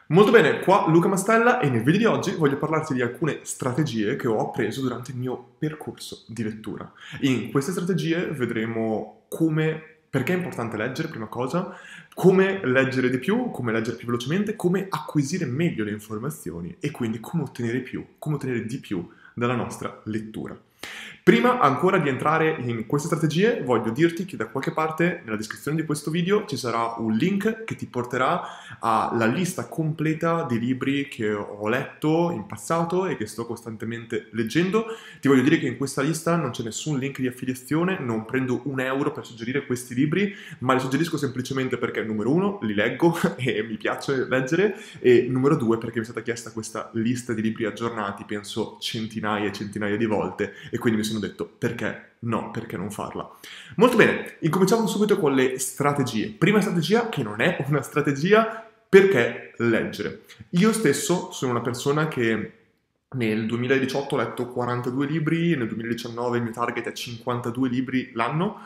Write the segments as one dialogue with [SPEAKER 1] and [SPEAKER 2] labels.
[SPEAKER 1] Molto bene, qua Luca Mastella e nel video di oggi voglio parlarti di alcune strategie che ho appreso durante il mio percorso di lettura. In queste strategie vedremo perché è importante leggere, prima cosa, come leggere di più, come leggere più velocemente, come acquisire meglio le informazioni e quindi come ottenere di più dalla nostra lettura. Prima ancora di entrare in queste strategie, voglio dirti che da qualche parte nella descrizione di questo video ci sarà un link che ti porterà alla lista completa di libri che ho letto in passato e che sto costantemente leggendo. Ti voglio dire che in questa lista non c'è nessun link di affiliazione, non prendo un euro per suggerire questi libri, ma li suggerisco semplicemente perché, numero uno, li leggo e mi piace leggere, e numero due, perché mi è stata chiesta questa lista di libri aggiornati, penso centinaia e centinaia di volte, e quindi mi sono detto perché no, perché non farla. Molto bene, incominciamo subito con le strategie. Prima strategia, che non è una strategia, perché leggere. Io stesso sono una persona che nel 2018 ho letto 42 libri, nel 2019 il mio target è 52 libri l'anno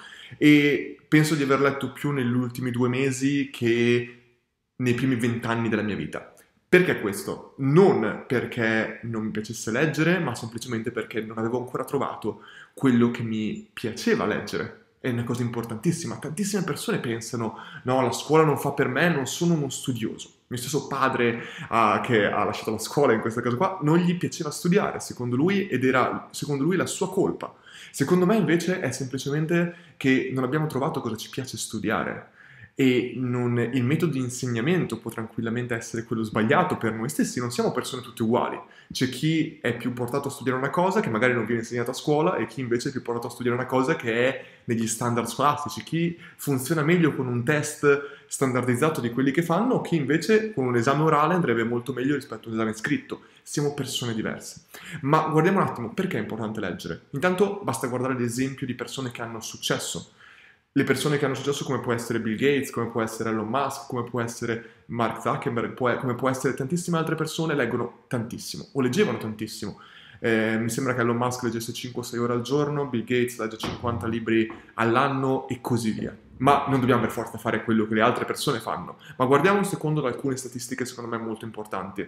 [SPEAKER 1] e penso di aver letto più negli ultimi 2 mesi che nei primi 20 anni della mia vita. Perché questo? Non perché non mi piacesse leggere, ma semplicemente perché non avevo ancora trovato quello che mi piaceva leggere. È una cosa importantissima. Tantissime persone pensano, no, la scuola non fa per me, non sono uno studioso. Il mio stesso padre, che ha lasciato la scuola in questo caso qua, non gli piaceva studiare, secondo lui, ed era, secondo lui, la sua colpa. Secondo me, invece, è semplicemente che non abbiamo trovato cosa ci piace studiare. E il metodo di insegnamento può tranquillamente essere quello sbagliato per noi stessi, non siamo persone tutte uguali. C'è chi è più portato a studiare una cosa che magari non viene insegnata a scuola e chi invece è più portato a studiare una cosa che è negli standard scolastici, chi funziona meglio con un test standardizzato di quelli che fanno, o chi invece con un esame orale andrebbe molto meglio rispetto a un esame scritto. Siamo persone diverse. Ma guardiamo un attimo, perché è importante leggere? Intanto basta guardare l'esempio di persone che hanno successo. Le persone che hanno successo, come può essere Bill Gates, come può essere Elon Musk, come può essere Mark Zuckerberg, come può essere tantissime altre persone, leggono tantissimo o leggevano tantissimo. Mi sembra che Elon Musk leggesse 5-6 ore al giorno, Bill Gates legge 50 libri all'anno e così via. Ma non dobbiamo per forza fare quello che le altre persone fanno. Ma guardiamo un secondo ad alcune statistiche secondo me molto importanti.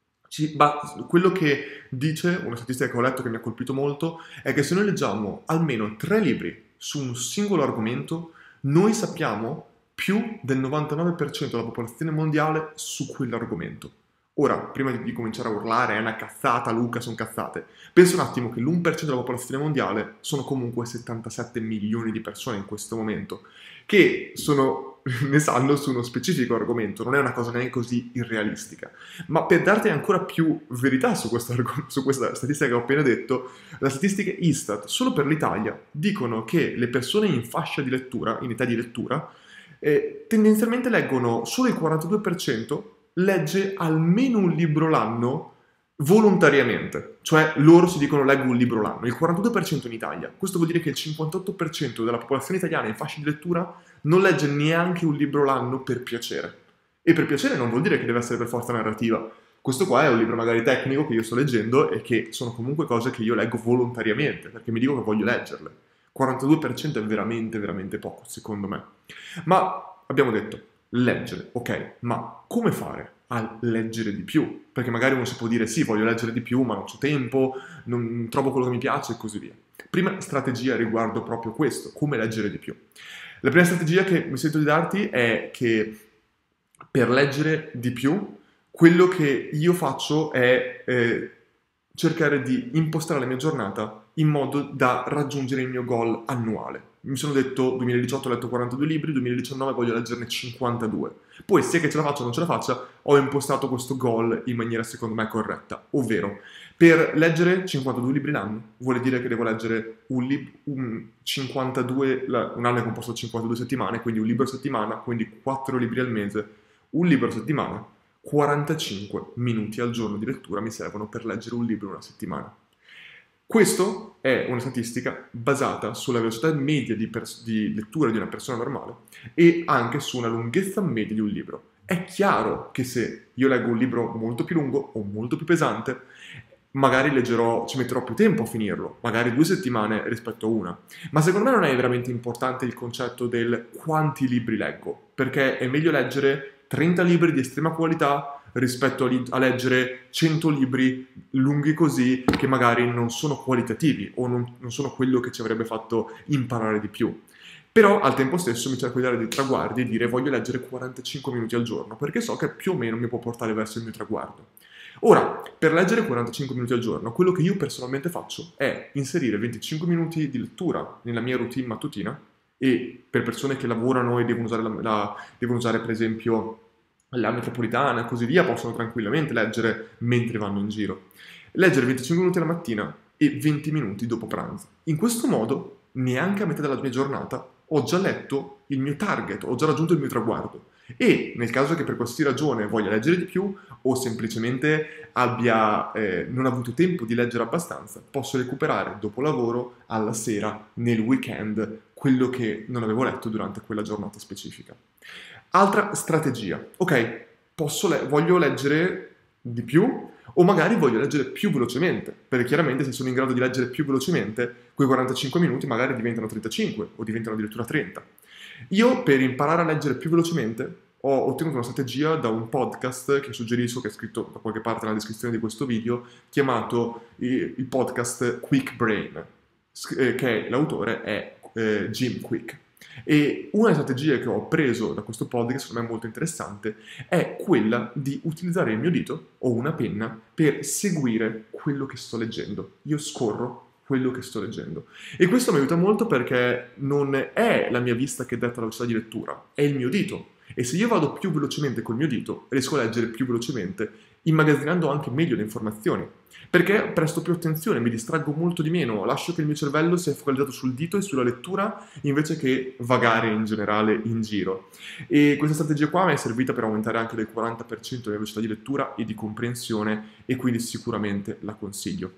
[SPEAKER 1] Quello che dice, una statistica che ho letto che mi ha colpito molto, è che se noi leggiamo almeno 3 libri su un singolo argomento, noi sappiamo più del 99% della popolazione mondiale su quell'argomento. Ora, prima di cominciare a urlare, è una cazzata, Luca, sono cazzate, pensa un attimo che l'1% della popolazione mondiale sono comunque 77 milioni di persone in questo momento, che ne sanno su uno specifico argomento, non è una cosa neanche così irrealistica. Ma per darti ancora più verità su questa statistica che ho appena detto, le statistiche Istat, solo per l'Italia, dicono che le persone in fascia di lettura, in età di lettura, tendenzialmente leggono, solo il 42% legge almeno un libro l'anno volontariamente, cioè loro si dicono leggo un libro l'anno, il 42% in Italia. Questo vuol dire che il 58% della popolazione italiana in fascia di lettura non legge neanche un libro l'anno per piacere. E per piacere non vuol dire che deve essere per forza narrativa. Questo qua è un libro magari tecnico che io sto leggendo e che sono comunque cose che io leggo volontariamente, perché mi dico che voglio leggerle. 42% è veramente, veramente poco, secondo me. Ma abbiamo detto, leggere, ok, ma come fare a leggere di più? Perché magari uno si può dire, sì, voglio leggere di più, ma non ho tempo, non trovo quello che mi piace e così via. Prima strategia riguardo proprio questo, come leggere di più. La prima strategia che mi sento di darti è che per leggere di più, quello che io faccio è cercare di impostare la mia giornata in modo da raggiungere il mio goal annuale. Mi sono detto 2018 ho letto 42 libri, 2019 voglio leggerne 52. Poi sia che ce la faccia o non ce la faccia, ho impostato questo goal in maniera secondo me corretta, ovvero per leggere 52 libri l'anno vuol dire che devo leggere un 52, un anno è composto da 52 settimane, quindi un libro a settimana, quindi 4 libri al mese, un libro a settimana, 45 minuti al giorno di lettura mi servono per leggere un libro una settimana. Questo è una statistica basata sulla velocità media di lettura di una persona normale e anche su una lunghezza media di un libro. È chiaro che se io leggo un libro molto più lungo o molto più pesante, magari ci metterò più tempo a finirlo, magari 2 settimane rispetto a una. Ma secondo me non è veramente importante il concetto del quanti libri leggo, perché è meglio leggere 30 libri di estrema qualità rispetto a leggere 100 libri lunghi così che magari non sono qualitativi o non sono quello che ci avrebbe fatto imparare di più. Però al tempo stesso mi cerco di dare dei traguardi e dire voglio leggere 45 minuti al giorno, perché so che più o meno mi può portare verso il mio traguardo. Ora, per leggere 45 minuti al giorno, quello che io personalmente faccio è inserire 25 minuti di lettura nella mia routine mattutina, e per persone che lavorano e devono usare per esempio la metropolitana e così via, possono tranquillamente leggere mentre vanno in giro. Leggere 25 minuti alla mattina e 20 minuti dopo pranzo. In questo modo, neanche a metà della mia giornata, ho già letto il mio target, ho già raggiunto il mio traguardo. E nel caso che per qualsiasi ragione voglia leggere di più o semplicemente abbia non avuto tempo di leggere abbastanza, posso recuperare dopo lavoro, alla sera, nel weekend, quello che non avevo letto durante quella giornata specifica. Altra strategia. Ok, voglio leggere di più o magari voglio leggere più velocemente, perché chiaramente se sono in grado di leggere più velocemente, quei 45 minuti magari diventano 35 o diventano addirittura 30. Io per imparare a leggere più velocemente ho ottenuto una strategia da un podcast che suggerisco, che è scritto da qualche parte nella descrizione di questo video, chiamato il podcast Quick Brain, che l'autore è Jim Quick. E una delle strategie che ho preso da questo podcast, secondo me molto interessante, è quella di utilizzare il mio dito o una penna per seguire quello che sto leggendo. Io scorro quello che sto leggendo. E questo mi aiuta molto perché non è la mia vista che detta la velocità di lettura, è il mio dito. E se io vado più velocemente col mio dito, riesco a leggere più velocemente, immagazzinando anche meglio le informazioni. Perché presto più attenzione, mi distraggo molto di meno, lascio che il mio cervello sia focalizzato sul dito e sulla lettura invece che vagare in generale in giro. E questa strategia qua mi è servita per aumentare anche del 40% la mia velocità di lettura e di comprensione, e quindi sicuramente la consiglio.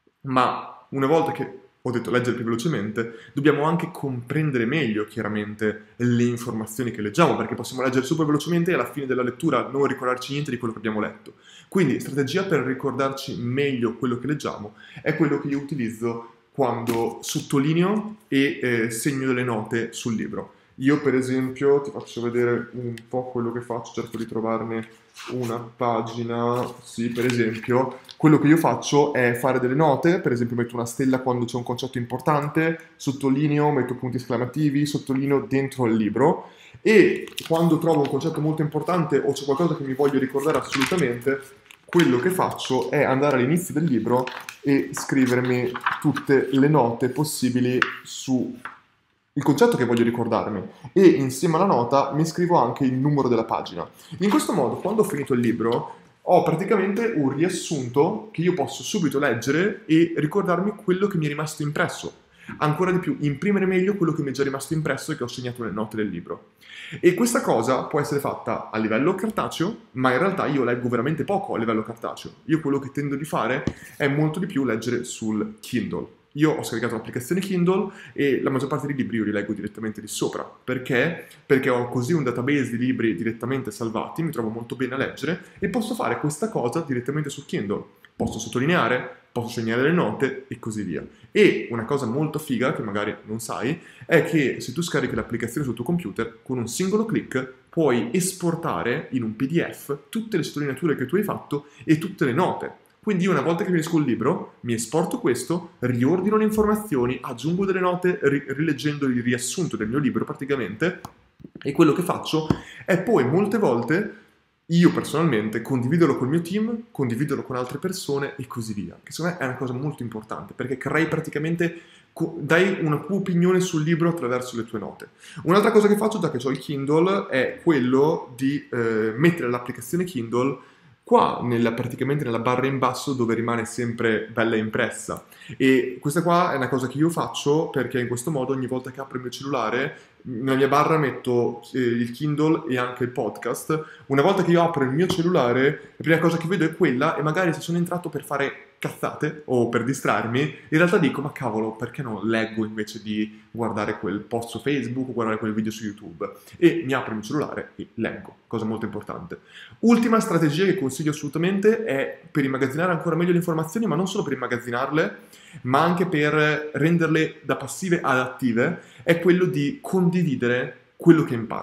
[SPEAKER 1] Ma una volta che ho detto leggere più velocemente, dobbiamo anche comprendere meglio chiaramente le informazioni che leggiamo, perché possiamo leggere super velocemente e alla fine della lettura non ricordarci niente di quello che abbiamo letto. Quindi strategia per ricordarci meglio quello che leggiamo è quello che io utilizzo quando sottolineo e segno delle note sul libro. Io per esempio ti faccio vedere un po' quello che faccio, cerco di trovarne una pagina, sì, per esempio, quello che io faccio è fare delle note, per esempio metto una stella quando c'è un concetto importante, sottolineo, metto punti esclamativi, sottolineo dentro il libro, e quando trovo un concetto molto importante o c'è qualcosa che mi voglio ricordare assolutamente, quello che faccio è andare all'inizio del libro e scrivermi tutte le note possibili su il concetto che voglio ricordarmi, e insieme alla nota mi scrivo anche il numero della pagina. In questo modo, quando ho finito il libro, ho praticamente un riassunto che io posso subito leggere e ricordarmi quello che mi è rimasto impresso. Ancora di più, imprimere meglio quello che mi è già rimasto impresso e che ho segnato nelle note del libro. E questa cosa può essere fatta a livello cartaceo, ma in realtà io leggo veramente poco a livello cartaceo. Io quello che tendo di fare è molto di più leggere sul Kindle. Io ho scaricato l'applicazione Kindle e la maggior parte dei libri io li leggo direttamente di sopra. Perché? Perché ho così un database di libri direttamente salvati, mi trovo molto bene a leggere e posso fare questa cosa direttamente su Kindle. Posso sottolineare, posso segnare le note e così via. E una cosa molto figa, che magari non sai, è che se tu scarichi l'applicazione sul tuo computer, con un singolo click puoi esportare in un PDF tutte le sottolineature che tu hai fatto e tutte le note. Quindi io una volta che finisco il libro, mi esporto questo, riordino le informazioni, aggiungo delle note rileggendo il riassunto del mio libro praticamente, e quello che faccio è poi molte volte, io personalmente, condividerlo col mio team, condividerlo con altre persone e così via. Che secondo me è una cosa molto importante, perché crei praticamente, dai una tua opinione sul libro attraverso le tue note. Un'altra cosa che faccio, da che ho il Kindle, è quello di mettere l'applicazione Kindle qua praticamente nella barra in basso dove rimane sempre bella impressa. E questa qua è una cosa che io faccio perché in questo modo ogni volta che apro il mio cellulare nella mia barra metto il Kindle e anche il podcast. Una volta che io apro il mio cellulare la prima cosa che vedo è quella, e magari se sono entrato per fare cazzate o per distrarmi, in realtà dico ma cavolo, perché non leggo invece di guardare quel post su Facebook o guardare quel video su YouTube, e mi apro il mio cellulare e leggo, cosa molto importante. Ultima strategia che consiglio assolutamente è per immagazzinare ancora meglio le informazioni, ma non solo per immagazzinarle, ma anche per renderle da passive ad attive, è quello di condividere quello che imparo.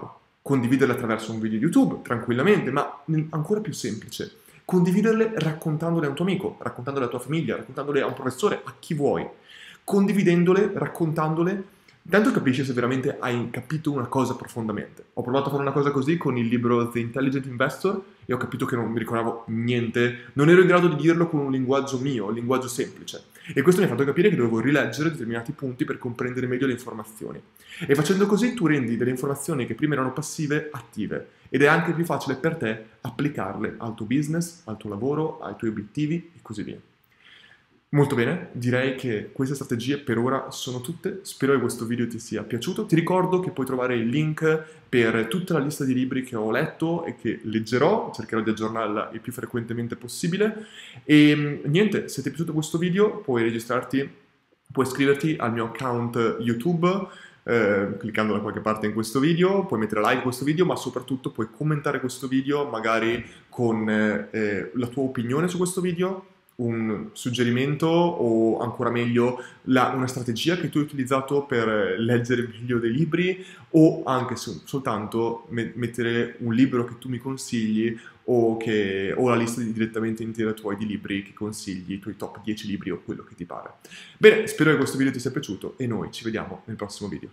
[SPEAKER 1] condividerle attraverso un video YouTube, tranquillamente, ma ancora più semplice, condividerle raccontandole a un tuo amico, raccontandole alla tua famiglia, raccontandole a un professore, a chi vuoi, condividendole, raccontandole. Tanto capisci se veramente hai capito una cosa profondamente. Ho provato a fare una cosa così con il libro The Intelligent Investor e ho capito che non mi ricordavo niente, non ero in grado di dirlo con un linguaggio mio, un linguaggio semplice. E questo mi ha fatto capire che dovevo rileggere determinati punti per comprendere meglio le informazioni. E facendo così tu rendi delle informazioni che prima erano passive attive ed è anche più facile per te applicarle al tuo business, al tuo lavoro, ai tuoi obiettivi e così via. Molto bene, direi che queste strategie per ora sono tutte, spero che questo video ti sia piaciuto. Ti ricordo che puoi trovare il link per tutta la lista di libri che ho letto e che leggerò, cercherò di aggiornarla il più frequentemente possibile. E niente, se ti è piaciuto questo video puoi registrarti, puoi iscriverti al mio account YouTube, cliccando da qualche parte in questo video, puoi mettere like a questo video, ma soprattutto puoi commentare questo video magari con la tua opinione su questo video, un suggerimento o ancora meglio una strategia che tu hai utilizzato per leggere meglio dei libri o anche soltanto mettere un libro che tu mi consigli o la lista direttamente intera tua di libri che consigli, i tuoi top 10 libri o quello che ti pare. Bene, spero che questo video ti sia piaciuto e noi ci vediamo nel prossimo video.